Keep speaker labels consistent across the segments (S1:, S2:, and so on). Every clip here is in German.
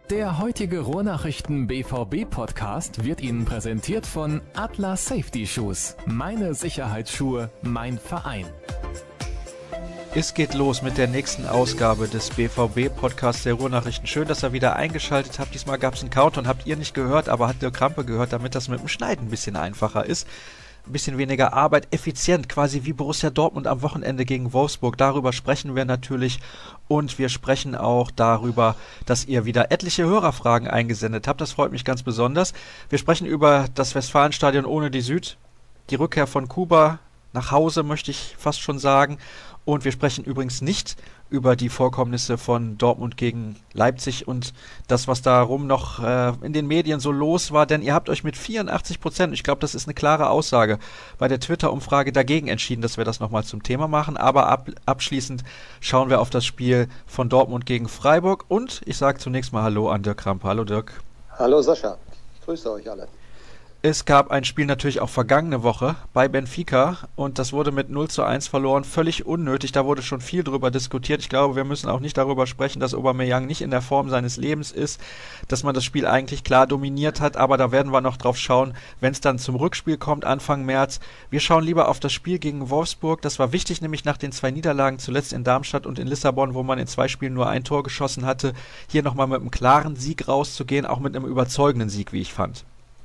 S1: Der heutige Ruhrnachrichten BVB-Podcast wird Ihnen präsentiert von Adler Safety Shoes. Meine Sicherheitsschuhe, mein Verein.
S2: Es geht los mit der nächsten Ausgabe des BVB-Podcasts der Ruhrnachrichten. Schön, dass ihr wieder eingeschaltet habt. Diesmal gab es einen Countdown, habt ihr nicht gehört, aber hat Dirk Krampe gehört, damit das mit dem Schneiden ein bisschen einfacher ist. Ein bisschen weniger Arbeit, effizient, quasi wie Borussia Dortmund am Wochenende gegen Wolfsburg. Darüber sprechen wir natürlich und wir sprechen auch darüber, dass ihr wieder etliche Hörerfragen eingesendet habt. Das freut mich ganz besonders. Wir sprechen über das Westfalenstadion ohne die Süd, die Rückkehr von Kuba nach Hause, möchte ich fast schon sagen. Und wir sprechen übrigens nicht über die Vorkommnisse von Dortmund gegen Leipzig und das, was darum noch in den Medien so los war, denn ihr habt euch mit 84%, ich glaube, das ist eine klare Aussage, bei der Twitter-Umfrage dagegen entschieden, dass wir das nochmal zum Thema machen. Aber abschließend schauen wir auf das Spiel von Dortmund gegen Freiburg und ich sage zunächst mal Hallo an Dirk Krampe. Hallo Dirk.
S3: Hallo Sascha, ich grüße euch alle.
S2: Es gab ein Spiel natürlich auch vergangene Woche bei Benfica und das wurde mit 0:1 verloren, völlig unnötig, da wurde schon viel drüber diskutiert. Ich glaube, wir müssen auch nicht darüber sprechen, dass Aubameyang nicht in der Form seines Lebens ist, dass man das Spiel eigentlich klar dominiert hat, aber da werden wir noch drauf schauen, wenn es dann zum Rückspiel kommt, Anfang März. Wir schauen lieber auf das Spiel gegen Wolfsburg, das war wichtig, nämlich nach den 2 Niederlagen, zuletzt in Darmstadt und in Lissabon, wo man in 2 Spielen nur ein Tor geschossen hatte, hier nochmal mit einem klaren Sieg rauszugehen, auch mit einem überzeugenden Sieg, wie ich fand.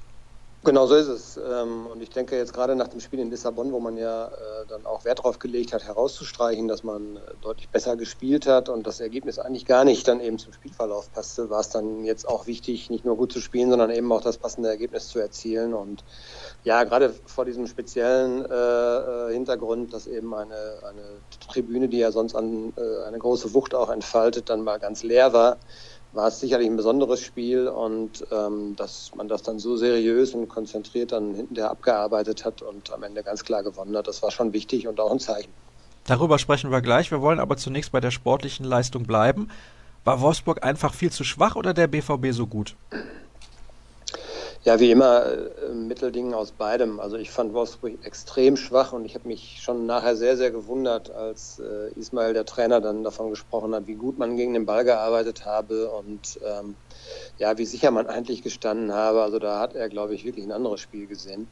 S3: Genau so ist es. Und ich denke jetzt gerade nach dem Spiel in Lissabon, wo man ja dann auch Wert drauf gelegt hat, herauszustreichen, dass man deutlich besser gespielt hat und das Ergebnis eigentlich gar nicht dann eben zum Spielverlauf passte, war es dann jetzt auch wichtig, nicht nur gut zu spielen, sondern eben auch das passende Ergebnis zu erzielen. Und ja, gerade vor diesem speziellen Hintergrund, dass eben eine Tribüne, die ja sonst eine große Wucht auch entfaltet, dann mal ganz leer war es sicherlich ein besonderes Spiel und dass man das dann so seriös und konzentriert dann hinterher abgearbeitet hat und am Ende ganz klar gewonnen hat, das war schon wichtig und auch ein Zeichen.
S2: Darüber sprechen wir gleich. Wir wollen aber zunächst bei der sportlichen Leistung bleiben. War Wolfsburg einfach viel zu schwach oder der BVB so gut?
S3: Ja, wie immer Mittelding aus beidem. Also ich fand Wolfsburg extrem schwach und ich habe mich schon nachher sehr, sehr gewundert, als Ismail, der Trainer, dann davon gesprochen hat, wie gut man gegen den Ball gearbeitet habe und wie sicher man eigentlich gestanden habe. Also da hat er, glaube ich, wirklich ein anderes Spiel gesehen.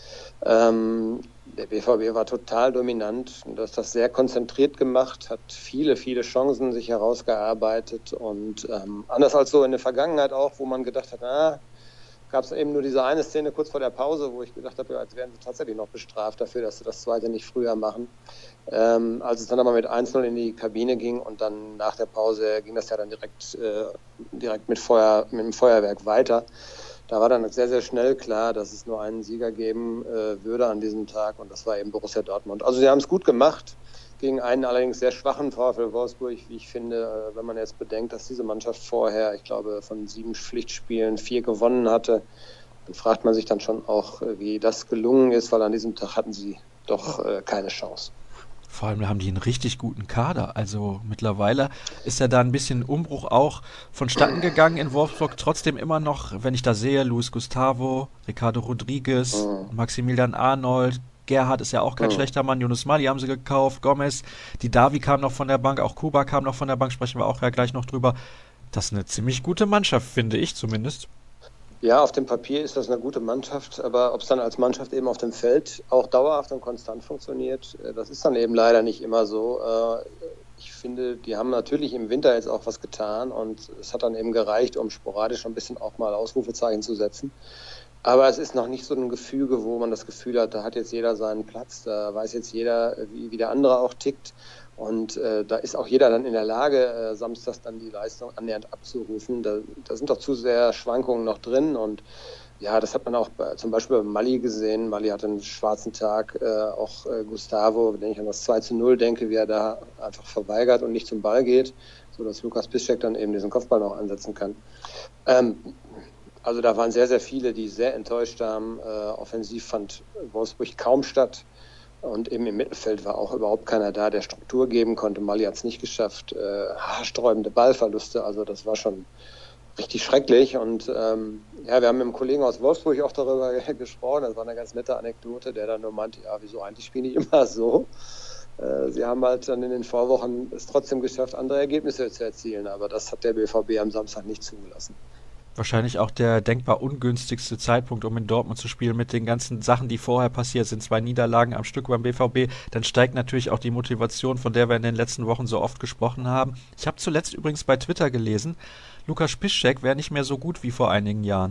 S3: Der BVB war total dominant und das sehr konzentriert gemacht, hat viele, viele Chancen sich herausgearbeitet und anders als so in der Vergangenheit auch, wo man gedacht hat, gab es eben nur diese eine Szene kurz vor der Pause, wo ich gedacht habe, ja, jetzt werden sie tatsächlich noch bestraft dafür, dass sie das zweite nicht früher machen. Als es dann aber mit 1:0 in die Kabine ging und dann nach der Pause ging das ja dann direkt mit dem Feuerwerk weiter. Da war dann sehr, sehr schnell klar, dass es nur einen Sieger geben würde an diesem Tag und das war eben Borussia Dortmund. Also sie haben es gut gemacht. Gegen einen allerdings sehr schwachen VfL Wolfsburg, wie ich finde, wenn man jetzt bedenkt, dass diese Mannschaft vorher, ich glaube, von 7 Pflichtspielen 4 gewonnen hatte, dann fragt man sich dann schon auch, wie das gelungen ist, weil an diesem Tag hatten sie doch keine Chance.
S2: Vor allem haben die einen richtig guten Kader. Also mittlerweile ist ja da ein bisschen Umbruch auch vonstatten gegangen in Wolfsburg. Trotzdem immer noch, wenn ich da sehe, Luis Gustavo, Ricardo Rodriguez, Maximilian Arnold, Gerhard ist ja auch kein schlechter Mann, Yunus Mali haben sie gekauft, Gomez, die Davi kam noch von der Bank, auch Kuba kam noch von der Bank, sprechen wir auch ja gleich noch drüber. Das ist eine ziemlich gute Mannschaft, finde ich zumindest.
S3: Ja, auf dem Papier ist das eine gute Mannschaft, aber ob es dann als Mannschaft eben auf dem Feld auch dauerhaft und konstant funktioniert, das ist dann eben leider nicht immer so. Ich finde, die haben natürlich im Winter jetzt auch was getan und es hat dann eben gereicht, um sporadisch ein bisschen auch mal Ausrufezeichen zu setzen. Aber es ist noch nicht so ein Gefüge, wo man das Gefühl hat, da hat jetzt jeder seinen Platz, da weiß jetzt jeder, wie der andere auch tickt. Und da ist auch jeder dann in der Lage, samstags dann die Leistung annähernd abzurufen. Da sind doch zu sehr Schwankungen noch drin. Und ja, das hat man auch zum Beispiel bei Mali gesehen. Mali hatte einen schwarzen Tag, auch Gustavo, wenn ich an das 2:0 denke, wie er da einfach verweigert und nicht zum Ball geht, sodass Lukas Piszczek dann eben diesen Kopfball noch ansetzen kann. Also da waren sehr, sehr viele, die sehr enttäuscht haben. Offensiv fand Wolfsburg kaum statt. Und eben im Mittelfeld war auch überhaupt keiner da, der Struktur geben konnte. Mali hat es nicht geschafft. Haarsträubende Ballverluste, also das war schon richtig schrecklich. Und wir haben mit einem Kollegen aus Wolfsburg auch darüber gesprochen. Das war eine ganz nette Anekdote, der dann nur meinte, ja, wieso eigentlich spielen die immer so? sie haben halt dann in den Vorwochen es trotzdem geschafft, andere Ergebnisse zu erzielen. Aber das hat der BVB am Samstag nicht zugelassen.
S2: Wahrscheinlich auch der denkbar ungünstigste Zeitpunkt, um in Dortmund zu spielen, mit den ganzen Sachen, die vorher passiert sind. 2 Niederlagen am Stück beim BVB. Dann steigt natürlich auch die Motivation, von der wir in den letzten Wochen so oft gesprochen haben. Ich habe zuletzt übrigens bei Twitter gelesen, Lukas Piszczek wäre nicht mehr so gut wie vor einigen Jahren.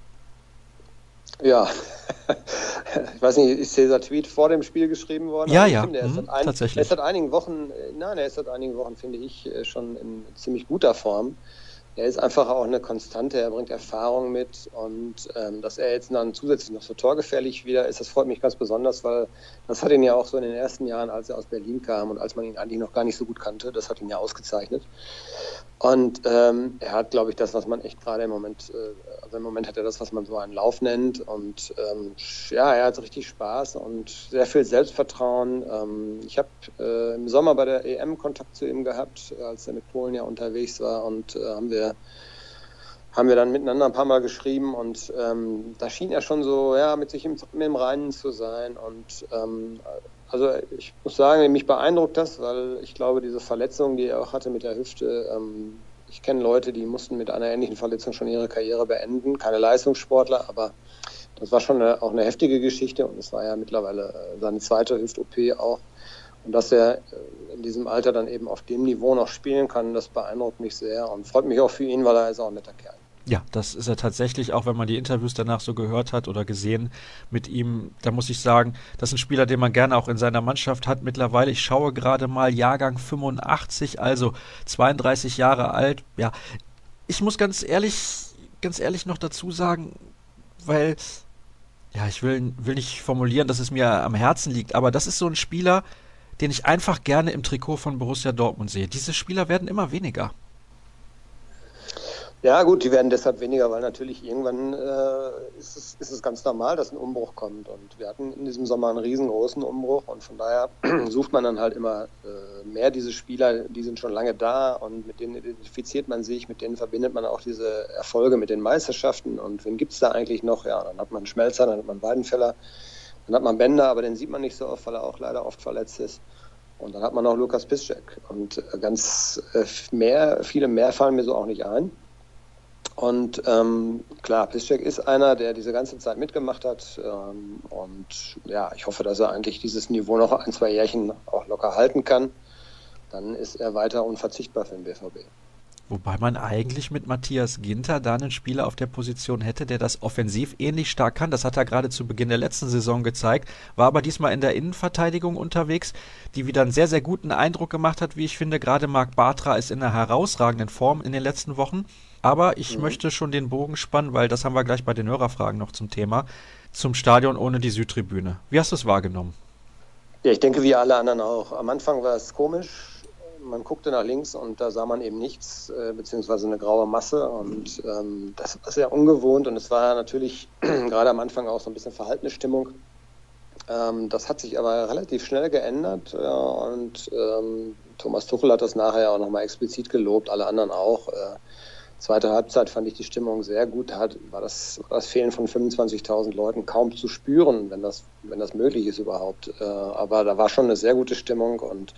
S3: Ja, ich weiß nicht, ist dieser Tweet vor dem Spiel geschrieben worden?
S2: Ja,
S3: tatsächlich. Er ist seit einigen Wochen, finde ich, schon in ziemlich guter Form. Er ist einfach auch eine Konstante, er bringt Erfahrung mit und dass er jetzt dann zusätzlich noch so torgefährlich wieder ist, das freut mich ganz besonders, weil das hat ihn ja auch so in den ersten Jahren, als er aus Berlin kam und als man ihn eigentlich noch gar nicht so gut kannte, das hat ihn ja ausgezeichnet. Und er hat, glaube ich, das, was man echt gerade im Moment, im Moment hat er das, was man so einen Lauf nennt und er hat richtig Spaß und sehr viel Selbstvertrauen. Ich habe im Sommer bei der EM Kontakt zu ihm gehabt, als er mit Polen ja unterwegs war und haben wir dann miteinander ein paar Mal geschrieben und da schien er schon so mit sich im Reinen zu sein und also ich muss sagen, mich beeindruckt das, weil ich glaube, diese Verletzung, die er auch hatte mit der Hüfte, ich kenne Leute, die mussten mit einer ähnlichen Verletzung schon ihre Karriere beenden, keine Leistungssportler, aber das war schon auch eine heftige Geschichte und es war ja mittlerweile seine zweite Hüft-OP auch. Und dass er in diesem Alter dann eben auf dem Niveau noch spielen kann, das beeindruckt mich sehr und freut mich auch für ihn, weil er ist auch ein netter Kerl.
S2: Ja, das ist er tatsächlich, auch wenn man die Interviews danach so gehört hat oder gesehen mit ihm, da muss ich sagen, das ist ein Spieler, den man gerne auch in seiner Mannschaft hat. Mittlerweile, ich schaue gerade mal, Jahrgang 85, also 32 Jahre alt. Ja, ich muss ganz ehrlich noch dazu sagen, weil, ich will nicht formulieren, dass es mir am Herzen liegt, aber das ist so ein Spieler, den ich einfach gerne im Trikot von Borussia Dortmund sehe. Diese Spieler werden immer weniger.
S3: Ja gut, die werden deshalb weniger, weil natürlich irgendwann ist es ganz normal, dass ein Umbruch kommt. Und wir hatten in diesem Sommer einen riesengroßen Umbruch und von daher sucht man dann halt immer mehr diese Spieler, die sind schon lange da und mit denen identifiziert man sich, mit denen verbindet man auch diese Erfolge mit den Meisterschaften. Und wen gibt's da eigentlich noch? Ja, dann hat man Schmelzer, dann hat man Weidenfeller, dann hat man Bender, aber den sieht man nicht so oft, weil er auch leider oft verletzt ist. Und dann hat man noch Lukas Piszczek. Und viele mehr fallen mir so auch nicht ein. Und klar, Piszczek ist einer, der diese ganze Zeit mitgemacht hat. Ich hoffe, dass er eigentlich dieses Niveau noch 1-2 Jährchen auch locker halten kann. Dann ist er weiter unverzichtbar für den BVB.
S2: Wobei man eigentlich mit Matthias Ginter da einen Spieler auf der Position hätte, der das offensiv ähnlich stark kann. Das hat er gerade zu Beginn der letzten Saison gezeigt, war aber diesmal in der Innenverteidigung unterwegs, die wieder einen sehr, sehr guten Eindruck gemacht hat, wie ich finde. Gerade Marc Bartra ist in einer herausragenden Form in den letzten Wochen. Aber ich möchte schon den Bogen spannen, weil das haben wir gleich bei den Hörerfragen noch zum Thema, zum Stadion ohne die Südtribüne. Wie hast du es wahrgenommen?
S3: Ja, ich denke, wie alle anderen auch. Am Anfang war es komisch. Man guckte nach links und da sah man eben nichts, beziehungsweise eine graue Masse und das war sehr ungewohnt und es war natürlich gerade am Anfang auch so ein bisschen verhaltene Stimmung. Das hat sich aber relativ schnell geändert und Thomas Tuchel hat das nachher auch nochmal explizit gelobt, alle anderen auch. Zweite Halbzeit fand ich die Stimmung sehr gut, war das Fehlen von 25.000 Leuten kaum zu spüren, wenn das möglich ist überhaupt. Aber da war schon eine sehr gute Stimmung und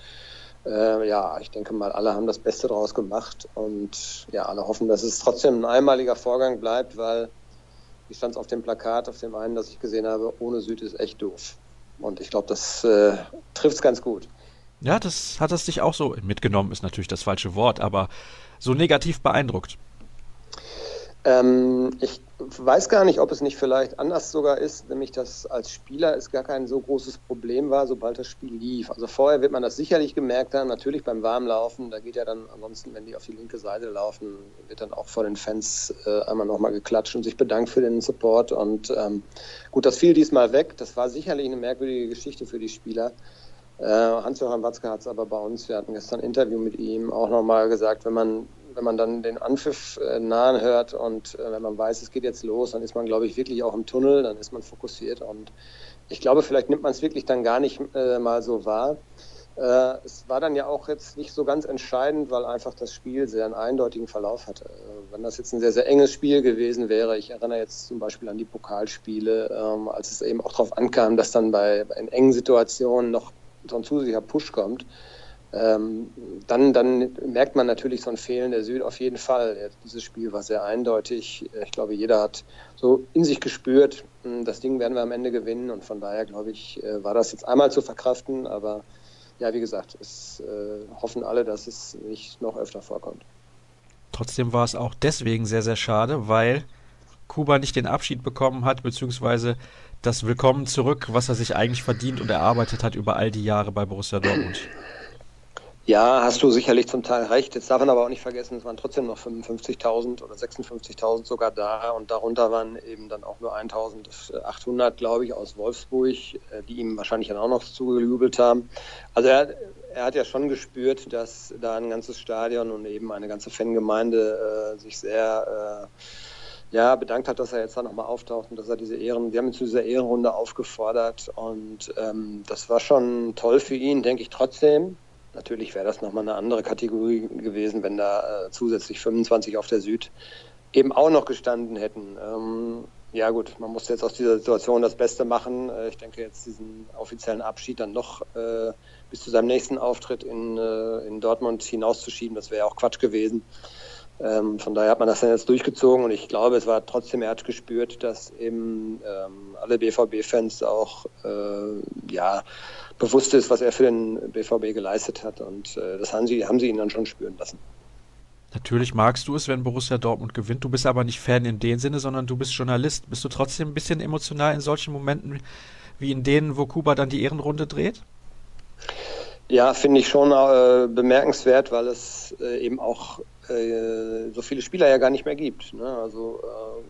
S3: ich denke mal, alle haben das Beste draus gemacht und alle hoffen, dass es trotzdem ein einmaliger Vorgang bleibt, weil, wie stand es auf dem Plakat, auf dem einen, das ich gesehen habe, ohne Süd ist echt doof. Und ich glaube, das trifft es ganz gut.
S2: Ja, das hat es dich auch so mitgenommen, ist natürlich das falsche Wort, aber so negativ beeindruckt.
S3: Ich weiß gar nicht, ob es nicht vielleicht anders sogar ist, nämlich dass als Spieler es gar kein so großes Problem war, sobald das Spiel lief. Also vorher wird man das sicherlich gemerkt haben, natürlich beim Warmlaufen, da geht ja dann ansonsten, wenn die auf die linke Seite laufen, wird dann auch vor den Fans einmal nochmal geklatscht und sich bedankt für den Support und gut, das fiel diesmal weg, das war sicherlich eine merkwürdige Geschichte für die Spieler. Hans-Joachim Watzke hat es aber bei uns, wir hatten gestern ein Interview mit ihm, auch nochmal gesagt, wenn man dann den Anpfiff nahen hört und wenn man weiß, es geht jetzt los, dann ist man, glaube ich, wirklich auch im Tunnel, dann ist man fokussiert und ich glaube, vielleicht nimmt man es wirklich dann gar nicht mal so wahr. Es war dann ja auch jetzt nicht so ganz entscheidend, weil einfach das Spiel sehr einen eindeutigen Verlauf hatte. Wenn das jetzt ein sehr, sehr enges Spiel gewesen wäre, ich erinnere jetzt zum Beispiel an die Pokalspiele, als es eben auch darauf ankam, dass dann in engen Situationen noch so ein zusätzlicher Push kommt, dann merkt man natürlich so ein Fehlen der Süd auf jeden Fall. Dieses Spiel war sehr eindeutig. Ich glaube, jeder hat so in sich gespürt, das Ding werden wir am Ende gewinnen. Und von daher, glaube ich, war das jetzt einmal zu verkraften. Aber ja, wie gesagt, es hoffen alle, dass es nicht noch öfter vorkommt.
S2: Trotzdem war es auch deswegen sehr, sehr schade, weil Kuba nicht den Abschied bekommen hat, beziehungsweise das Willkommen zurück, was er sich eigentlich verdient und erarbeitet hat über all die Jahre bei Borussia Dortmund.
S3: Ja, hast du sicherlich zum Teil recht. Jetzt darf man aber auch nicht vergessen, es waren trotzdem noch 55.000 oder 56.000 sogar da und darunter waren eben dann auch nur 1.800, glaube ich, aus Wolfsburg, die ihm wahrscheinlich dann auch noch zugejubelt haben. Also er hat ja schon gespürt, dass da ein ganzes Stadion und eben eine ganze Fangemeinde sich sehr bedankt hat, dass er jetzt da nochmal auftaucht und dass er wir haben ihn zu dieser Ehrenrunde aufgefordert und das war schon toll für ihn, denke ich trotzdem. Natürlich wäre das nochmal eine andere Kategorie gewesen, wenn da zusätzlich 25 auf der Süd eben auch noch gestanden hätten. Ja gut, man muss jetzt aus dieser Situation das Beste machen. Ich denke jetzt diesen offiziellen Abschied dann noch bis zu seinem nächsten Auftritt in Dortmund hinauszuschieben, das wäre ja auch Quatsch gewesen. Von daher hat man das dann jetzt durchgezogen und ich glaube, es war trotzdem, er hat gespürt, dass eben alle BVB-Fans auch bewusst ist, was er für den BVB geleistet hat und das haben sie ihn dann schon spüren lassen.
S2: Natürlich magst du es, wenn Borussia Dortmund gewinnt, du bist aber nicht Fan in dem Sinne, sondern du bist Journalist. Bist du trotzdem ein bisschen emotional in solchen Momenten wie in denen, wo Kuba dann die Ehrenrunde dreht?
S3: Ja, finde ich schon bemerkenswert, weil es eben auch so viele Spieler ja gar nicht mehr gibt. Ne? Also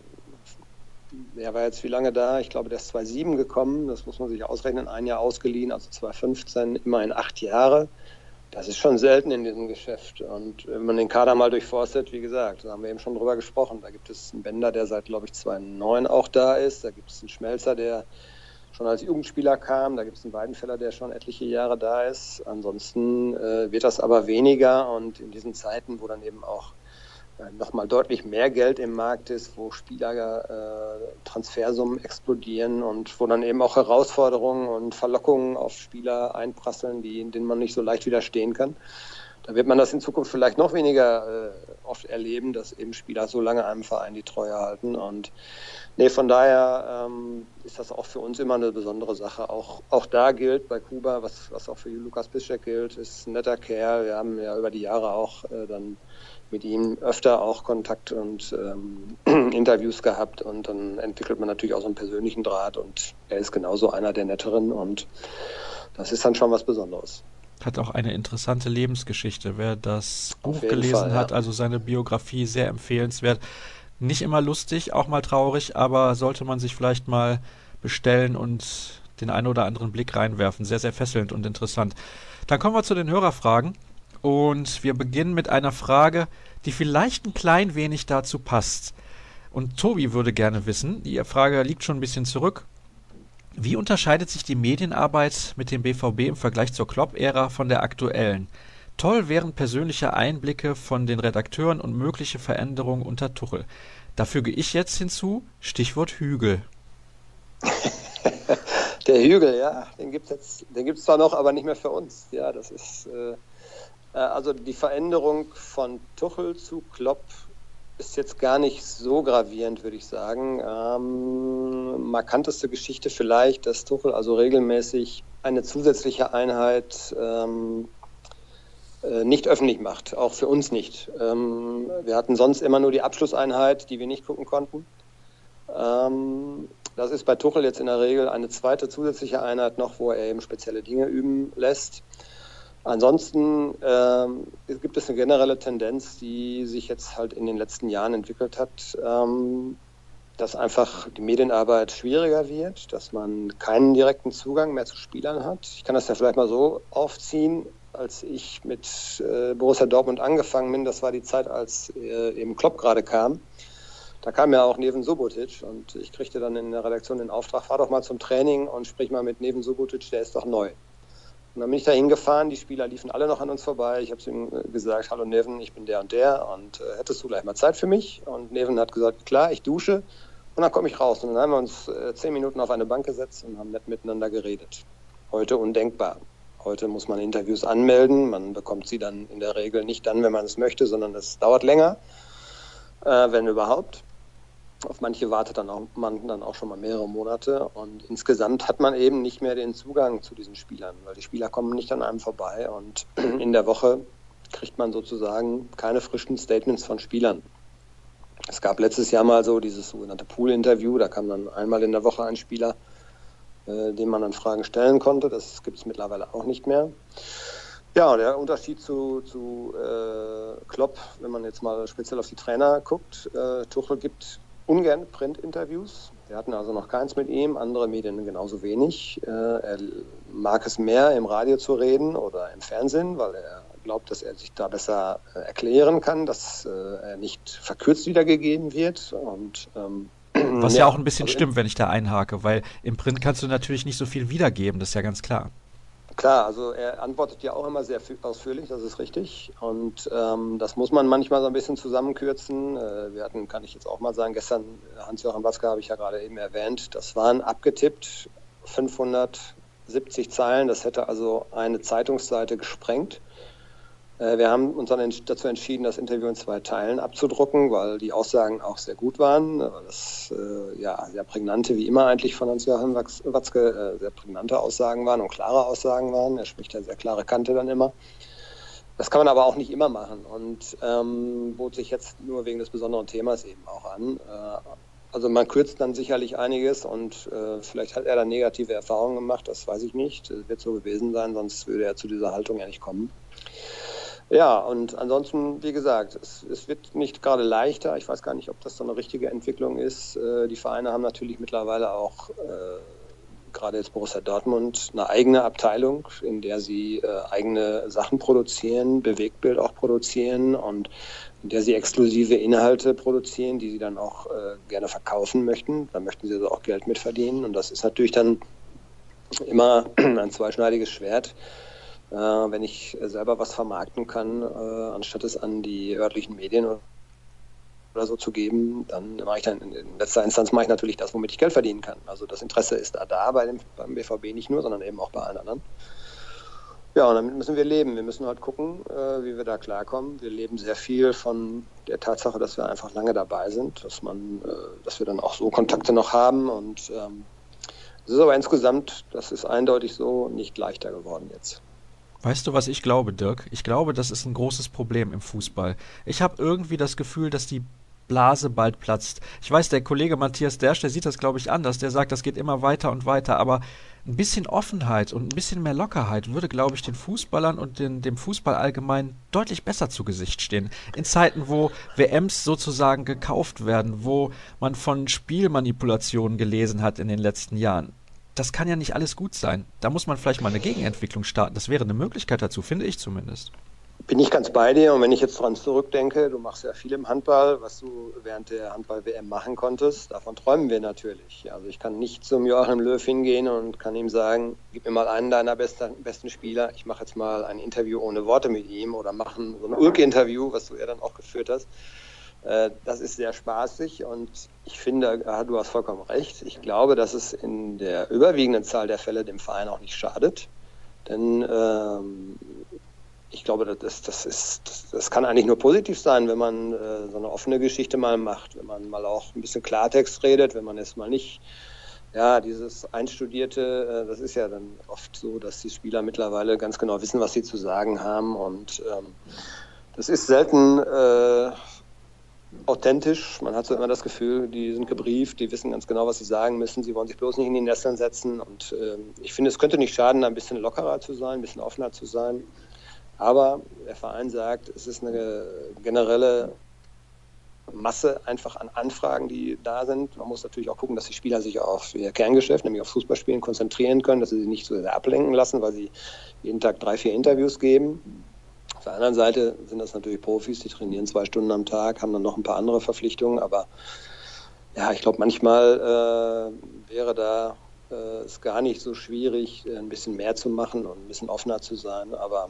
S3: er war jetzt wie lange da? Ich glaube, der ist 2007 gekommen, das muss man sich ausrechnen, ein Jahr ausgeliehen, also 2015, immerhin 8 Jahre. Das ist schon selten in diesem Geschäft. Und wenn man den Kader mal durchforstet, wie gesagt, da haben wir eben schon drüber gesprochen, da gibt es einen Bender, der seit, glaube ich, 2009 auch da ist, da gibt es einen Schmelzer, der schon als Jugendspieler kam, da gibt es einen Weidenfeller, der schon etliche Jahre da ist. Ansonsten wird das aber weniger und in diesen Zeiten, wo dann eben auch nochmal deutlich mehr Geld im Markt ist, wo Spieler Transfersummen explodieren und wo dann eben auch Herausforderungen und Verlockungen auf Spieler einprasseln, denen man nicht so leicht widerstehen kann. Da wird man das in Zukunft vielleicht noch weniger oft erleben, dass eben Spieler so lange einem Verein die Treue halten. Und von daher ist das auch für uns immer eine besondere Sache. Auch da gilt bei Kuba, was auch für Lukas Piszczek gilt, ist ein netter Kerl. Wir haben ja über die Jahre auch dann mit ihm öfter auch Kontakt und Interviews gehabt und dann entwickelt man natürlich auch so einen persönlichen Draht und er ist genauso einer der Netteren und das ist dann schon was Besonderes.
S2: Hat auch eine interessante Lebensgeschichte. Wer das Buch gelesen hat, also seine Biografie, sehr empfehlenswert. Nicht immer lustig, auch mal traurig, aber sollte man sich vielleicht mal bestellen und den einen oder anderen Blick reinwerfen. Sehr, sehr fesselnd und interessant. Dann kommen wir zu den Hörerfragen und wir beginnen mit einer Frage, die vielleicht ein klein wenig dazu passt. Und Tobi würde gerne wissen, die Frage liegt schon ein bisschen zurück, wie unterscheidet sich die Medienarbeit mit dem BVB im Vergleich zur Klopp-Ära von der aktuellen? Toll wären persönliche Einblicke von den Redakteuren und mögliche Veränderungen unter Tuchel. Da füge ich jetzt hinzu, Stichwort Hügel.
S3: Der Hügel, ja, den gibt's zwar noch, aber nicht mehr für uns. Ja, das ist also die Veränderung von Tuchel zu Klopp ist jetzt gar nicht so gravierend, würde ich sagen. Markanteste Geschichte vielleicht, dass Tuchel also regelmäßig eine zusätzliche Einheit nicht öffentlich macht, auch für uns nicht. Wir hatten sonst immer nur die Abschlusseinheit, die wir nicht gucken konnten. Das ist bei Tuchel jetzt in der Regel eine zweite zusätzliche Einheit noch, wo er eben spezielle Dinge üben lässt. Ansonsten gibt es eine generelle Tendenz, die sich jetzt halt in den letzten Jahren entwickelt hat, dass einfach die Medienarbeit schwieriger wird, dass man keinen direkten Zugang mehr zu Spielern hat. Ich kann das ja vielleicht mal so aufziehen, als ich mit Borussia Dortmund angefangen bin, das war die Zeit, als eben Klopp gerade kam. Da kam ja auch Neven Subotic und ich kriegte dann in der Redaktion den Auftrag, fahr doch mal zum Training und sprich mal mit Neven Subotic, der ist doch neu. Und dann bin ich da hingefahren, die Spieler liefen alle noch an uns vorbei. Ich habe zu ihm gesagt, hallo Neven, ich bin der und hättest du gleich mal Zeit für mich? Und Neven hat gesagt, klar, ich dusche und dann komme ich raus. Und dann haben wir uns 10 Minuten auf eine Bank gesetzt und haben nett miteinander geredet. Heute undenkbar. Heute muss man Interviews anmelden. Man bekommt sie dann in der Regel nicht dann, wenn man es möchte, sondern es dauert länger, wenn überhaupt. Auf manche wartet man dann auch schon mal mehrere Monate. Und insgesamt hat man eben nicht mehr den Zugang zu diesen Spielern, weil die Spieler kommen nicht an einem vorbei. Und in der Woche kriegt man sozusagen keine frischen Statements von Spielern. Es gab letztes Jahr mal so dieses sogenannte Pool-Interview. Da kam dann einmal in der Woche ein Spieler, dem man dann Fragen stellen konnte. Das gibt es mittlerweile auch nicht mehr. Ja, der Unterschied zu Klopp, wenn man jetzt mal speziell auf die Trainer guckt, Tuchel gibt ungern Print-Interviews. Wir hatten also noch keins mit ihm, andere Medien genauso wenig. Er mag es mehr, im Radio zu reden oder im Fernsehen, weil er glaubt, dass er sich da besser erklären kann, dass er nicht verkürzt wiedergegeben wird. Und
S2: was ja auch ein bisschen stimmt, wenn ich da einhake, weil im Print kannst du natürlich nicht so viel wiedergeben, das ist ja ganz klar.
S3: Klar, also er antwortet ja auch immer sehr ausführlich, das ist richtig. Und das muss man manchmal so ein bisschen zusammenkürzen. Wir hatten, kann ich jetzt auch mal sagen, gestern Hans-Joachim Watzke habe ich ja gerade eben erwähnt, das waren abgetippt 570 Zeilen, das hätte also eine Zeitungsseite gesprengt. Wir haben uns dann dazu entschieden, das Interview in 2 Teilen abzudrucken, weil die Aussagen auch sehr gut waren. Das sehr prägnante, wie immer eigentlich von Hans-Joachim Watzke, sehr prägnante Aussagen waren und klare Aussagen waren. Er spricht ja sehr klare Kante dann immer. Das kann man aber auch nicht immer machen und bot sich jetzt nur wegen des besonderen Themas eben auch an. Also man kürzt dann sicherlich einiges und vielleicht hat er dann negative Erfahrungen gemacht, das weiß ich nicht. Das wird so gewesen sein, sonst würde er zu dieser Haltung ja nicht kommen. Ja, und ansonsten, wie gesagt, es wird nicht gerade leichter. Ich weiß gar nicht, ob das so eine richtige Entwicklung ist. Die Vereine haben natürlich mittlerweile auch, gerade jetzt Borussia Dortmund, eine eigene Abteilung, in der sie eigene Sachen produzieren, Bewegtbild auch produzieren und in der sie exklusive Inhalte produzieren, die sie dann auch gerne verkaufen möchten. Da möchten sie also auch Geld mit verdienen. Und das ist natürlich dann immer ein zweischneidiges Schwert. Wenn ich selber was vermarkten kann, anstatt es an die örtlichen Medien oder so zu geben, dann mache ich dann in letzter Instanz natürlich das, womit ich Geld verdienen kann. Also das Interesse ist da beim BVB nicht nur, sondern eben auch bei allen anderen. Ja, und damit müssen wir leben. Wir müssen halt gucken, wie wir da klarkommen. Wir leben sehr viel von der Tatsache, dass wir einfach lange dabei sind, dass wir dann auch so Kontakte noch haben und das ist aber insgesamt, das ist eindeutig so, nicht leichter geworden jetzt.
S2: Weißt du, was ich glaube, Dirk? Ich glaube, das ist ein großes Problem im Fußball. Ich habe irgendwie das Gefühl, dass die Blase bald platzt. Ich weiß, der Kollege Matthias Dersch, der sieht das, glaube ich, anders. Der sagt, das geht immer weiter und weiter. Aber ein bisschen Offenheit und ein bisschen mehr Lockerheit würde, glaube ich, den Fußballern und dem Fußball allgemein deutlich besser zu Gesicht stehen. In Zeiten, wo WMs sozusagen gekauft werden, wo man von Spielmanipulationen gelesen hat in den letzten Jahren. Das kann ja nicht alles gut sein. Da muss man vielleicht mal eine Gegenentwicklung starten. Das wäre eine Möglichkeit dazu, finde ich zumindest.
S3: Bin ich ganz bei dir. Und wenn ich jetzt dran zurückdenke, du machst ja viel im Handball, was du während der Handball-WM machen konntest, davon träumen wir natürlich. Also ich kann nicht zum Joachim Löw hingehen und kann ihm sagen, gib mir mal einen deiner besten Spieler, ich mache jetzt mal ein Interview ohne Worte mit ihm oder machen so ein Ulk-Interview, was du ja dann auch geführt hast. Das ist sehr spaßig und ich finde, du hast vollkommen recht. Ich glaube, dass es in der überwiegenden Zahl der Fälle dem Verein auch nicht schadet. Denn ich glaube, das kann eigentlich nur positiv sein, wenn man so eine offene Geschichte mal macht, wenn man mal auch ein bisschen Klartext redet, wenn man jetzt mal nicht, dieses Einstudierte, das ist ja dann oft so, dass die Spieler mittlerweile ganz genau wissen, was sie zu sagen haben und das ist selten authentisch. Man hat so immer das Gefühl, die sind gebrieft, die wissen ganz genau, was sie sagen müssen. Sie wollen sich bloß nicht in die Nesseln setzen. Und ich finde, es könnte nicht schaden, ein bisschen lockerer zu sein, ein bisschen offener zu sein. Aber der Verein sagt, es ist eine generelle Masse einfach an Anfragen, die da sind. Man muss natürlich auch gucken, dass die Spieler sich auf ihr Kerngeschäft, nämlich auf Fußballspielen, konzentrieren können, dass sie sich nicht so sehr ablenken lassen, weil sie jeden Tag 3-4 Interviews geben. Auf der anderen Seite sind das natürlich Profis, die trainieren 2 Stunden am Tag, haben dann noch ein paar andere Verpflichtungen, aber ich glaube, manchmal wäre da es gar nicht so schwierig, ein bisschen mehr zu machen und ein bisschen offener zu sein, aber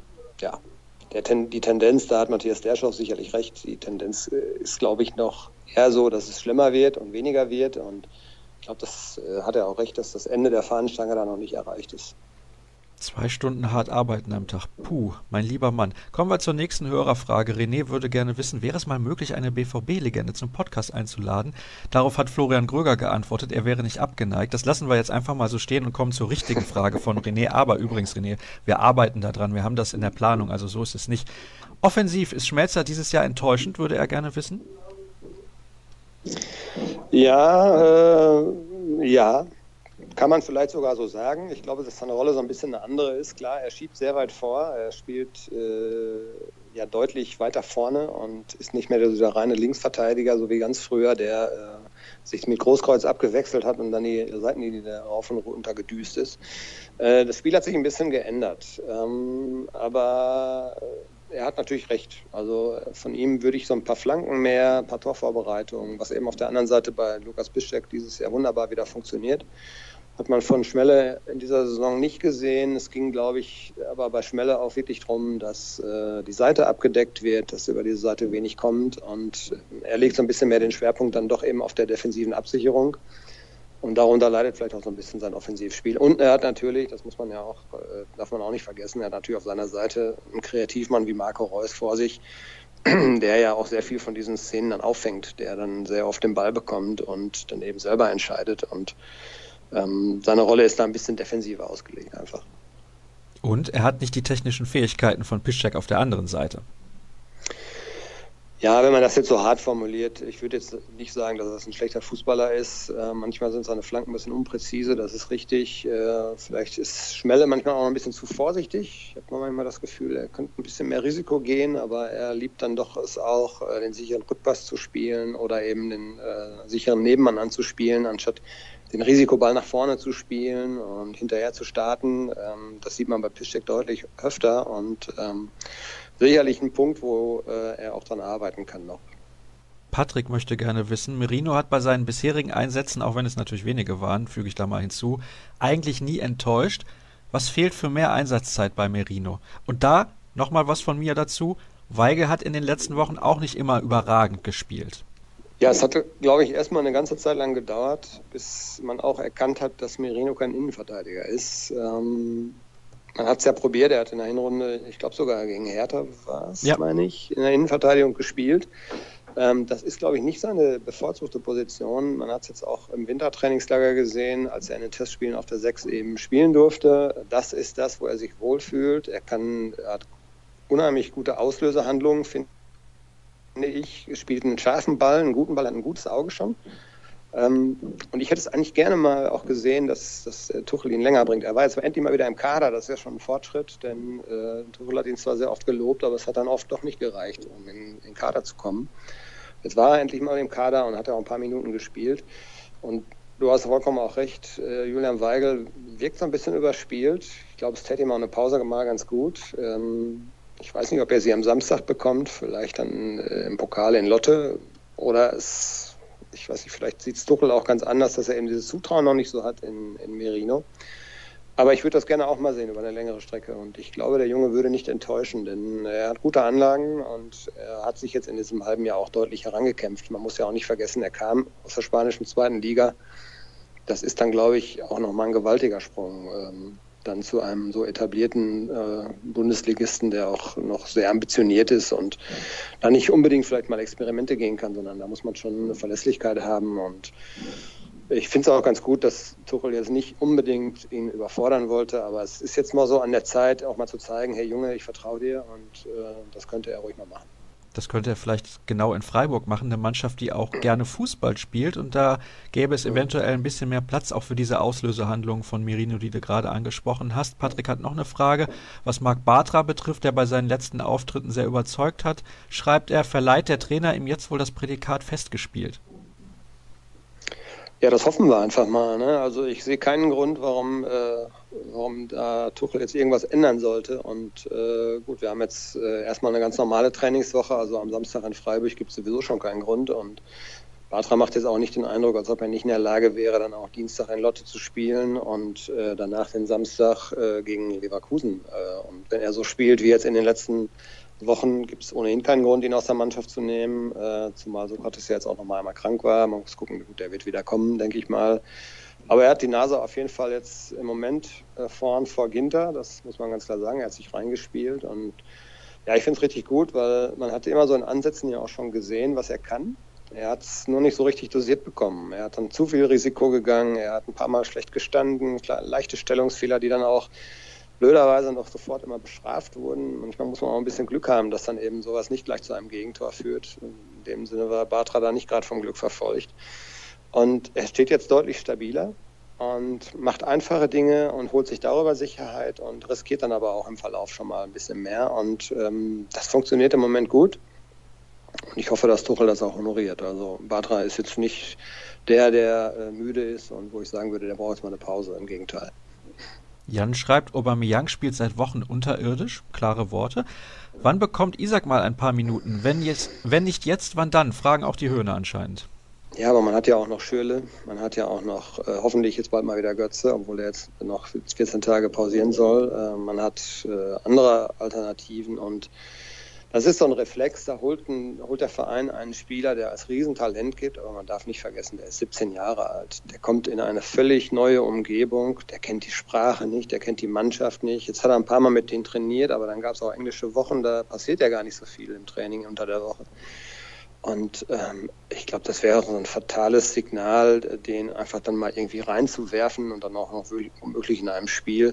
S3: die Tendenz, da hat Matthias Derschau sicherlich recht, die Tendenz ist, glaube ich, noch eher so, dass es schlimmer wird und weniger wird und ich glaube, das hat er auch recht, dass das Ende der Fahnenstange da noch nicht erreicht ist.
S2: 2 Stunden hart arbeiten am Tag. Puh, mein lieber Mann. Kommen wir zur nächsten Hörerfrage. René würde gerne wissen, wäre es mal möglich, eine BVB-Legende zum Podcast einzuladen? Darauf hat Florian Gröger geantwortet, er wäre nicht abgeneigt. Das lassen wir jetzt einfach mal so stehen und kommen zur richtigen Frage von René. Aber übrigens, René, wir arbeiten da dran, wir haben das in der Planung, also so ist es nicht. Offensiv, ist Schmelzer dieses Jahr enttäuschend, würde er gerne wissen?
S3: Ja, kann man vielleicht sogar so sagen. Ich glaube, dass seine Rolle so ein bisschen eine andere ist. Klar, er schiebt sehr weit vor, er spielt deutlich weiter vorne und ist nicht mehr dieser reine Linksverteidiger, so wie ganz früher, der sich mit Großkreuz abgewechselt hat und dann die Seitenlinie rauf und runter gedüst ist. Das Spiel hat sich ein bisschen geändert, aber er hat natürlich recht. Also von ihm würde ich so ein paar Flanken mehr, ein paar Torvorbereitungen, was eben auf der anderen Seite bei Lukas Piszczek dieses Jahr wunderbar wieder funktioniert. Hat man von Schmelle in dieser Saison nicht gesehen. Es ging, glaube ich, aber bei Schmelle auch wirklich darum, dass die Seite abgedeckt wird, dass über diese Seite wenig kommt. Und er legt so ein bisschen mehr den Schwerpunkt dann doch eben auf der defensiven Absicherung. Und darunter leidet vielleicht auch so ein bisschen sein Offensivspiel. Und er hat natürlich, das muss man ja auch, darf man auch nicht vergessen, er hat natürlich auf seiner Seite einen Kreativmann wie Marco Reus vor sich, der ja auch sehr viel von diesen Szenen dann auffängt, der dann sehr oft den Ball bekommt und dann eben selber entscheidet. Und seine Rolle ist da ein bisschen defensiver ausgelegt einfach.
S2: Und er hat nicht die technischen Fähigkeiten von Piszczek auf der anderen Seite.
S3: Ja, wenn man das jetzt so hart formuliert, ich würde jetzt nicht sagen, dass er ein schlechter Fußballer ist. Manchmal sind seine Flanken ein bisschen unpräzise, das ist richtig. Vielleicht ist Schmelle manchmal auch noch ein bisschen zu vorsichtig. Ich habe manchmal das Gefühl, er könnte ein bisschen mehr Risiko gehen, aber er liebt dann doch es auch, den sicheren Rückpass zu spielen oder eben den sicheren Nebenmann anzuspielen, anstatt den Risikoball nach vorne zu spielen und hinterher zu starten. Das sieht man bei Piszczek deutlich öfter und sicherlich ein Punkt, wo er auch dran arbeiten kann noch.
S2: Patrick möchte gerne wissen, Merino hat bei seinen bisherigen Einsätzen, auch wenn es natürlich wenige waren, füge ich da mal hinzu, eigentlich nie enttäuscht. Was fehlt für mehr Einsatzzeit bei Merino? Und da nochmal was von mir dazu, Weigl hat in den letzten Wochen auch nicht immer überragend gespielt.
S3: Ja, es hatte, glaube ich, erstmal eine ganze Zeit lang gedauert, bis man auch erkannt hat, dass Merino kein Innenverteidiger ist. Man hat es ja probiert, er hat in der Hinrunde, ich glaube sogar gegen Hertha war es, meine ich, in der Innenverteidigung gespielt. Das ist, glaube ich, nicht seine bevorzugte Position. Man hat es jetzt auch im Wintertrainingslager gesehen, als er in den Testspielen auf der 6 eben spielen durfte. Das ist das, wo er sich wohlfühlt. Er hat unheimlich gute Auslösehandlungen, finde ich, spielt einen scharfen Ball, einen guten Ball, hat ein gutes Auge schon. Und ich hätte es eigentlich gerne mal auch gesehen, dass Tuchel ihn länger bringt. Er war jetzt endlich mal wieder im Kader, das ist ja schon ein Fortschritt, denn Tuchel hat ihn zwar sehr oft gelobt, aber es hat dann oft doch nicht gereicht, um in den Kader zu kommen. Jetzt war er endlich mal im Kader und hat ja auch ein paar Minuten gespielt. Und du hast vollkommen auch recht, Julian Weigl wirkt so ein bisschen überspielt. Ich glaube, es täte ihm auch eine Pause mal ganz gut. Ich weiß nicht, ob er sie am Samstag bekommt, vielleicht dann im Pokal in Lotte oder ich weiß nicht, vielleicht sieht es Tuchel auch ganz anders, dass er eben dieses Zutrauen noch nicht so hat in Merino. Aber ich würde das gerne auch mal sehen über eine längere Strecke und ich glaube, der Junge würde nicht enttäuschen, denn er hat gute Anlagen und er hat sich jetzt in diesem halben Jahr auch deutlich herangekämpft. Man muss ja auch nicht vergessen, er kam aus der spanischen 2. Liga. Das ist dann, glaube ich, auch nochmal ein gewaltiger Sprung. Dann zu einem so etablierten Bundesligisten, der auch noch sehr ambitioniert ist und da nicht unbedingt vielleicht mal Experimente gehen kann, sondern da muss man schon eine Verlässlichkeit haben. Und ich finde es auch ganz gut, dass Tuchel jetzt nicht unbedingt ihn überfordern wollte, aber es ist jetzt mal so an der Zeit, auch mal zu zeigen, hey Junge, ich vertraue dir und das könnte er ruhig mal machen.
S2: Das könnte er vielleicht genau in Freiburg machen, eine Mannschaft, die auch gerne Fußball spielt und da gäbe es eventuell ein bisschen mehr Platz auch für diese Auslösehandlungen von Merino, die du gerade angesprochen hast. Patrick hat noch eine Frage, was Marc Bartra betrifft, der bei seinen letzten Auftritten sehr überzeugt hat, schreibt er, verleiht der Trainer ihm jetzt wohl das Prädikat festgespielt?
S3: Ja, das hoffen wir einfach mal. Ne? Also ich sehe keinen Grund, warum da Tuchel jetzt irgendwas ändern sollte. Und gut, wir haben jetzt erstmal eine ganz normale Trainingswoche. Also am Samstag in Freiburg gibt es sowieso schon keinen Grund. Und Bartra macht jetzt auch nicht den Eindruck, als ob er nicht in der Lage wäre, dann auch Dienstag in Lotte zu spielen und danach den Samstag gegen Leverkusen. Und wenn er so spielt wie jetzt in den letzten Wochen, gibt es ohnehin keinen Grund, ihn aus der Mannschaft zu nehmen, zumal Sokrates ja jetzt auch nochmal einmal krank war. Man muss gucken, gut, der wird wieder kommen, denke ich mal. Aber er hat die Nase auf jeden Fall jetzt im Moment vorn vor Ginter, das muss man ganz klar sagen. Er hat sich reingespielt und ja, ich finde es richtig gut, weil man hatte immer so in Ansätzen ja auch schon gesehen, was er kann. Er hat es nur nicht so richtig dosiert bekommen. Er hat dann zu viel Risiko gegangen, er hat ein paar Mal schlecht gestanden, klar, leichte Stellungsfehler, die dann auch blöderweise noch sofort immer bestraft wurden. Manchmal muss man auch ein bisschen Glück haben, dass dann eben sowas nicht gleich zu einem Gegentor führt. In dem Sinne war Bartra da nicht gerade vom Glück verfolgt. Und er steht jetzt deutlich stabiler und macht einfache Dinge und holt sich darüber Sicherheit und riskiert dann aber auch im Verlauf schon mal ein bisschen mehr. Und das funktioniert im Moment gut. Und ich hoffe, dass Tuchel das auch honoriert. Also Bartra ist jetzt nicht der müde ist und wo ich sagen würde, der braucht jetzt mal eine Pause. Im Gegenteil.
S2: Jan schreibt, Aubameyang spielt seit Wochen unterirdisch. Klare Worte. Wann bekommt Isak mal ein paar Minuten? Wenn nicht jetzt, wann dann? Fragen auch die Höhner anscheinend.
S3: Ja, aber man hat ja auch noch Schürrle, man hat ja auch noch hoffentlich jetzt bald mal wieder Götze, obwohl er jetzt noch 14 Tage pausieren soll. Man hat andere Alternativen und das ist so ein Reflex, da holt der Verein einen Spieler, der als Riesentalent gibt, aber man darf nicht vergessen, der ist 17 Jahre alt. Der kommt in eine völlig neue Umgebung, der kennt die Sprache nicht, der kennt die Mannschaft nicht. Jetzt hat er ein paar Mal mit denen trainiert, aber dann gab es auch englische Wochen, da passiert ja gar nicht so viel im Training unter der Woche. Und ich glaube, das wäre so ein fatales Signal, den einfach dann mal irgendwie reinzuwerfen und dann auch noch womöglich in einem Spiel,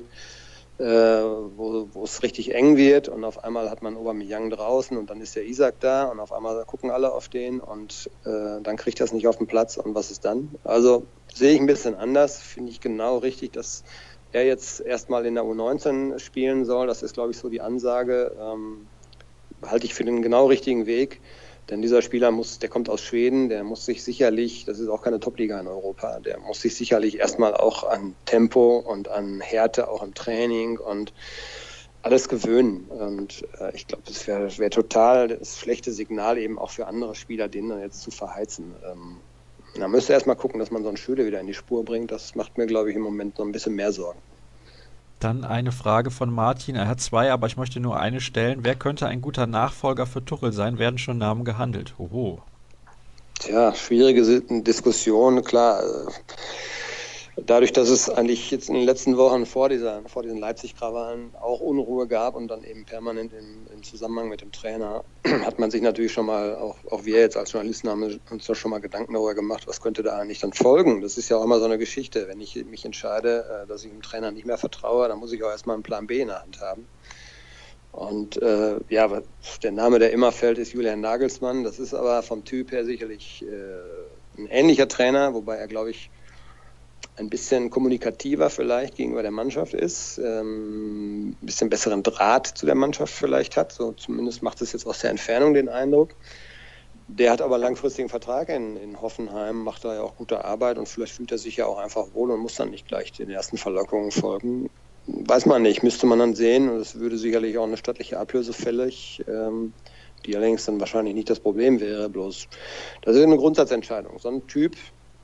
S3: wo es richtig eng wird und auf einmal hat man Aubameyang draußen und dann ist der Isak da und auf einmal gucken alle auf den und dann kriegt er es nicht auf den Platz und was ist dann? Also sehe ich ein bisschen anders, finde ich genau richtig, dass er jetzt erstmal in der U19 spielen soll. Das ist, glaube ich, so die Ansage, halte ich für den genau richtigen Weg. Denn dieser Spieler der kommt aus Schweden, der muss sich sicherlich, das ist auch keine Top-Liga in Europa, der muss sich sicherlich erstmal auch an Tempo und an Härte, auch im Training und alles gewöhnen. Und ich glaube, das wäre total das schlechte Signal eben auch für andere Spieler, den dann jetzt zu verheizen. Man müsste erstmal gucken, dass man so einen Schüler wieder in die Spur bringt. Das macht mir, glaube ich, im Moment noch ein bisschen mehr Sorgen.
S2: Dann eine Frage von Martin. Er hat zwei, aber ich möchte nur eine stellen. Wer könnte ein guter Nachfolger für Tuchel sein? Werden schon Namen gehandelt? Oho.
S3: Tja, schwierige Diskussion, klar. Dadurch, dass es eigentlich jetzt in den letzten Wochen vor diesen Leipzig-Krawallen auch Unruhe gab und dann eben permanent im Zusammenhang mit dem Trainer, hat man sich natürlich schon mal, auch wir jetzt als Journalisten haben uns da schon mal Gedanken darüber gemacht, was könnte da eigentlich dann folgen. Das ist ja auch immer so eine Geschichte. Wenn ich mich entscheide, dass ich dem Trainer nicht mehr vertraue, dann muss ich auch erstmal einen Plan B in der Hand haben. Und der Name, der immer fällt, ist Julian Nagelsmann. Das ist aber vom Typ her sicherlich ein ähnlicher Trainer, wobei er, glaube ich, ein bisschen kommunikativer vielleicht gegenüber der Mannschaft ist, ein bisschen besseren Draht zu der Mannschaft vielleicht hat, so zumindest macht es jetzt aus der Entfernung den Eindruck. Der hat aber einen langfristigen Vertrag in Hoffenheim, macht da ja auch gute Arbeit und vielleicht fühlt er sich ja auch einfach wohl und muss dann nicht gleich den ersten Verlockungen folgen. Weiß man nicht, müsste man dann sehen und es würde sicherlich auch eine stattliche Ablöse fällig, die allerdings dann wahrscheinlich nicht das Problem wäre, bloß das ist eine Grundsatzentscheidung. So ein Typ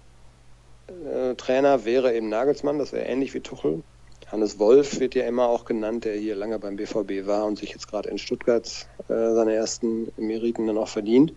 S3: Trainer wäre eben Nagelsmann, das wäre ähnlich wie Tuchel. Hannes Wolf wird ja immer auch genannt, der hier lange beim BVB war und sich jetzt gerade in Stuttgart seine ersten Meriten dann auch verdient.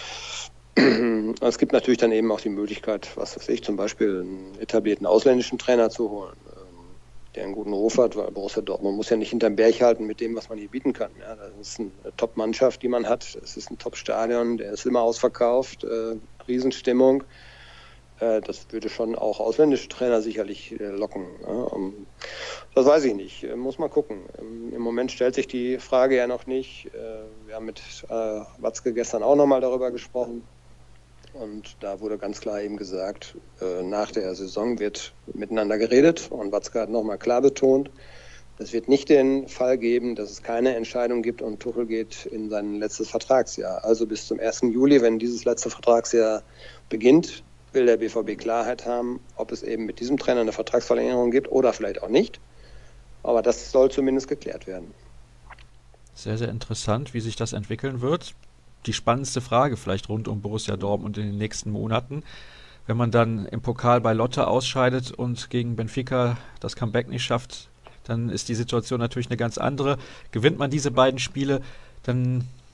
S3: Es gibt natürlich dann eben auch die Möglichkeit, was weiß ich, zum Beispiel einen etablierten ausländischen Trainer zu holen, der einen guten Ruf hat, weil Borussia Dortmund muss ja nicht hinterm Berg halten mit dem, was man hier bieten kann. Ja, das ist eine Top-Mannschaft, die man hat. Es ist ein Top-Stadion, der ist immer ausverkauft, Riesenstimmung. Das würde schon auch ausländische Trainer sicherlich locken. Ja. Das weiß ich nicht, muss man gucken. Im Moment stellt sich die Frage ja noch nicht. Wir haben mit Watzke gestern auch nochmal darüber gesprochen. Und da wurde ganz klar eben gesagt, nach der Saison wird miteinander geredet. Und Watzke hat nochmal klar betont, es wird nicht den Fall geben, dass es keine Entscheidung gibt und Tuchel geht in sein letztes Vertragsjahr. Also bis zum 1. Juli, wenn dieses letzte Vertragsjahr beginnt, will der BVB Klarheit haben, ob es eben mit diesem Trainer eine Vertragsverlängerung gibt oder vielleicht auch nicht. Aber das soll zumindest geklärt werden.
S2: Sehr, sehr interessant, wie sich das entwickeln wird. Die spannendste Frage vielleicht rund um Borussia Dortmund in den nächsten Monaten. Wenn man dann im Pokal bei Lotte ausscheidet und gegen Benfica das Comeback nicht schafft, dann ist die Situation natürlich eine ganz andere. Gewinnt man diese beiden Spiele, dann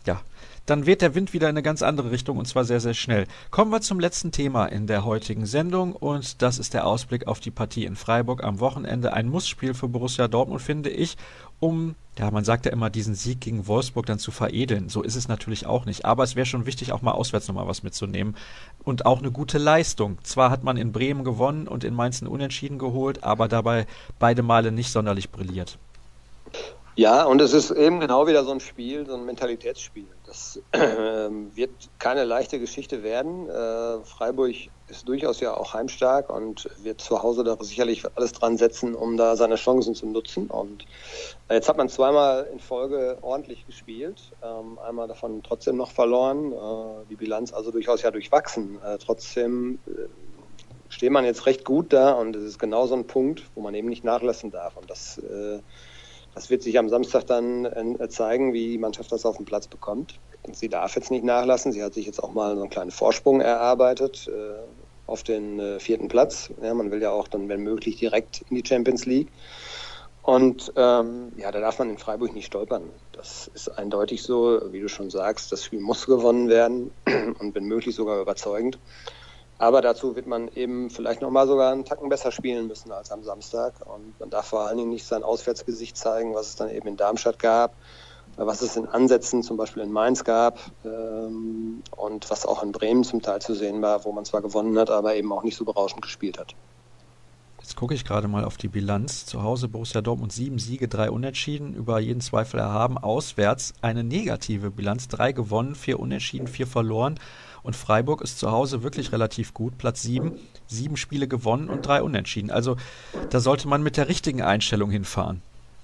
S2: ja, dann weht der Wind wieder in eine ganz andere Richtung und zwar sehr, sehr schnell. Kommen wir zum letzten Thema in der heutigen Sendung und das ist der Ausblick auf die Partie in Freiburg am Wochenende. Ein Mussspiel für Borussia Dortmund, finde ich, man sagt ja immer, diesen Sieg gegen Wolfsburg dann zu veredeln. So ist es natürlich auch nicht, aber es wäre schon wichtig, auch mal auswärts nochmal was mitzunehmen und auch eine gute Leistung. Zwar hat man in Bremen gewonnen und in Mainz einen Unentschieden geholt, aber dabei beide Male nicht sonderlich brilliert.
S3: Ja, und es ist eben genau wieder so ein Spiel, so ein Mentalitätsspiel. Das wird keine leichte Geschichte werden. Freiburg ist durchaus ja auch heimstark und wird zu Hause da sicherlich alles dran setzen, um da seine Chancen zu nutzen. Und jetzt hat man zweimal in Folge ordentlich gespielt, einmal davon trotzdem noch verloren, die Bilanz also durchaus ja durchwachsen. Trotzdem steht man jetzt recht gut da und es ist genau so ein Punkt, wo man eben nicht nachlassen darf. Und das wird sich am Samstag dann zeigen, wie die Mannschaft das auf den Platz bekommt. Sie darf jetzt nicht nachlassen. Sie hat sich jetzt auch mal so einen kleinen Vorsprung erarbeitet auf den 4. Platz. Ja, man will ja auch dann, wenn möglich, direkt in die Champions League. Und da darf man in Freiburg nicht stolpern. Das ist eindeutig so, wie du schon sagst, das Spiel muss gewonnen werden und wenn möglich sogar überzeugend. Aber dazu wird man eben vielleicht nochmal sogar einen Tacken besser spielen müssen als am Samstag. Und man darf vor allen Dingen nicht sein Auswärtsgesicht zeigen, was es dann eben in Darmstadt gab, was es in Ansätzen zum Beispiel in Mainz gab und was auch in Bremen zum Teil zu sehen war, wo man zwar gewonnen hat, aber eben auch nicht so berauschend gespielt hat.
S2: Jetzt gucke ich gerade mal auf die Bilanz. Zu Hause Borussia Dortmund 7 Siege, 3 Unentschieden, über jeden Zweifel erhaben. Auswärts eine negative Bilanz, 3 gewonnen, 4 Unentschieden, 4 verloren. Und Freiburg ist zu Hause wirklich relativ gut, Platz 7, 7 Spiele gewonnen und 3 Unentschieden. Also da sollte man mit der richtigen Einstellung hinfahren.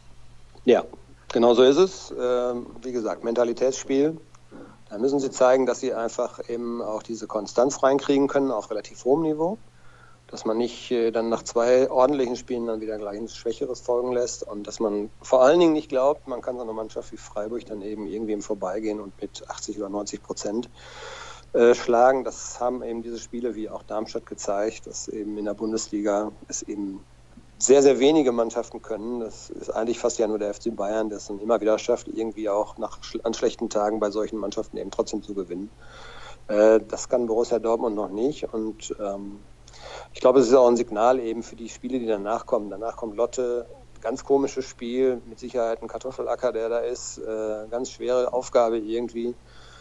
S3: Ja, genau so ist es. Wie gesagt, Mentalitätsspiel. Da müssen sie zeigen, dass sie einfach eben auch diese Konstanz reinkriegen können, auf relativ hohem Niveau. Dass man nicht dann nach 2 ordentlichen Spielen dann wieder gleich ein Schwächeres folgen lässt und dass man vor allen Dingen nicht glaubt, man kann so eine Mannschaft wie Freiburg dann eben irgendwie im Vorbeigehen und mit 80 oder 90% schlagen. Das haben eben diese Spiele wie auch Darmstadt gezeigt, dass eben in der Bundesliga es eben sehr, sehr wenige Mannschaften können. Das ist eigentlich fast ja nur der FC Bayern, der es dann immer wieder schafft, irgendwie auch an schlechten Tagen bei solchen Mannschaften eben trotzdem zu gewinnen. Das kann Borussia Dortmund noch nicht und ich glaube, es ist auch ein Signal eben für die Spiele, die danach kommen. Danach kommt Lotte, ganz komisches Spiel, mit Sicherheit ein Kartoffelacker, der da ist, ganz schwere Aufgabe irgendwie.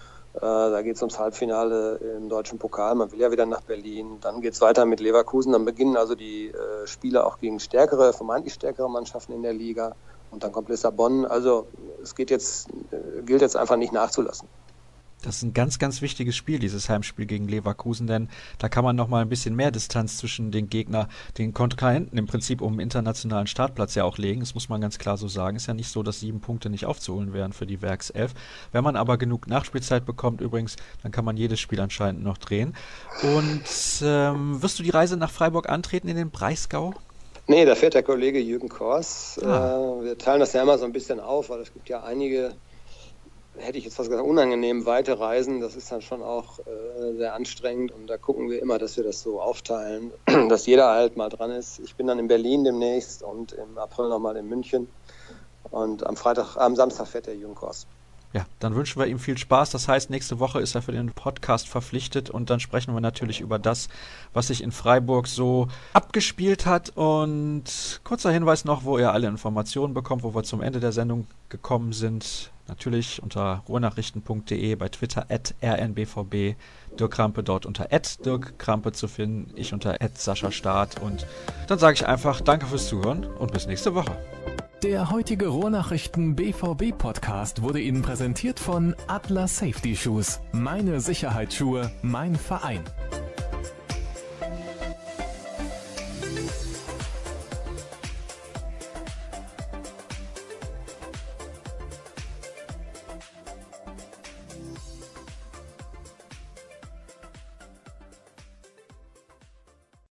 S3: Da geht es ums Halbfinale im deutschen Pokal. Man will ja wieder nach Berlin. Dann geht es weiter mit Leverkusen. Dann beginnen also die Spiele auch gegen vermeintlich stärkere Mannschaften in der Liga. Und dann kommt Lissabon. Also es gilt jetzt einfach nicht nachzulassen.
S2: Das ist ein ganz, ganz wichtiges Spiel, dieses Heimspiel gegen Leverkusen, denn da kann man nochmal ein bisschen mehr Distanz zwischen den den Kontrahenten im Prinzip um den internationalen Startplatz ja auch legen. Das muss man ganz klar so sagen. Ist ja nicht so, dass 7 Punkte nicht aufzuholen wären für die Werkself. Wenn man aber genug Nachspielzeit bekommt übrigens, dann kann man jedes Spiel anscheinend noch drehen. Und wirst du die Reise nach Freiburg antreten in den Breisgau?
S3: Nee, da fährt der Kollege Jürgen Kors. Wir teilen das ja immer so ein bisschen auf, weil es gibt ja einige, hätte ich jetzt fast gesagt, unangenehm weite Reisen. Das ist dann schon auch sehr anstrengend und da gucken wir immer, dass wir das so aufteilen, dass jeder halt mal dran ist. Ich bin dann in Berlin demnächst und im April nochmal in München und am Samstag fährt der Jürgen Kors.
S2: Ja, dann wünschen wir ihm viel Spaß. Das heißt, nächste Woche ist er für den Podcast verpflichtet und dann sprechen wir natürlich über das, was sich in Freiburg so abgespielt hat. Und kurzer Hinweis noch, wo ihr alle Informationen bekommt, wo wir zum Ende der Sendung gekommen sind. Natürlich unter ruhrnachrichten.de, bei Twitter @rnbvb, Dirk Krampe dort unter @Dirk Krampe zu finden, ich unter @Sascha Staat. Und dann sage ich einfach Danke fürs Zuhören und bis nächste Woche.
S1: Der heutige Ruhrnachrichten BVB Podcast wurde Ihnen präsentiert von Adler Safety Shoes. Meine Sicherheitsschuhe, mein Verein.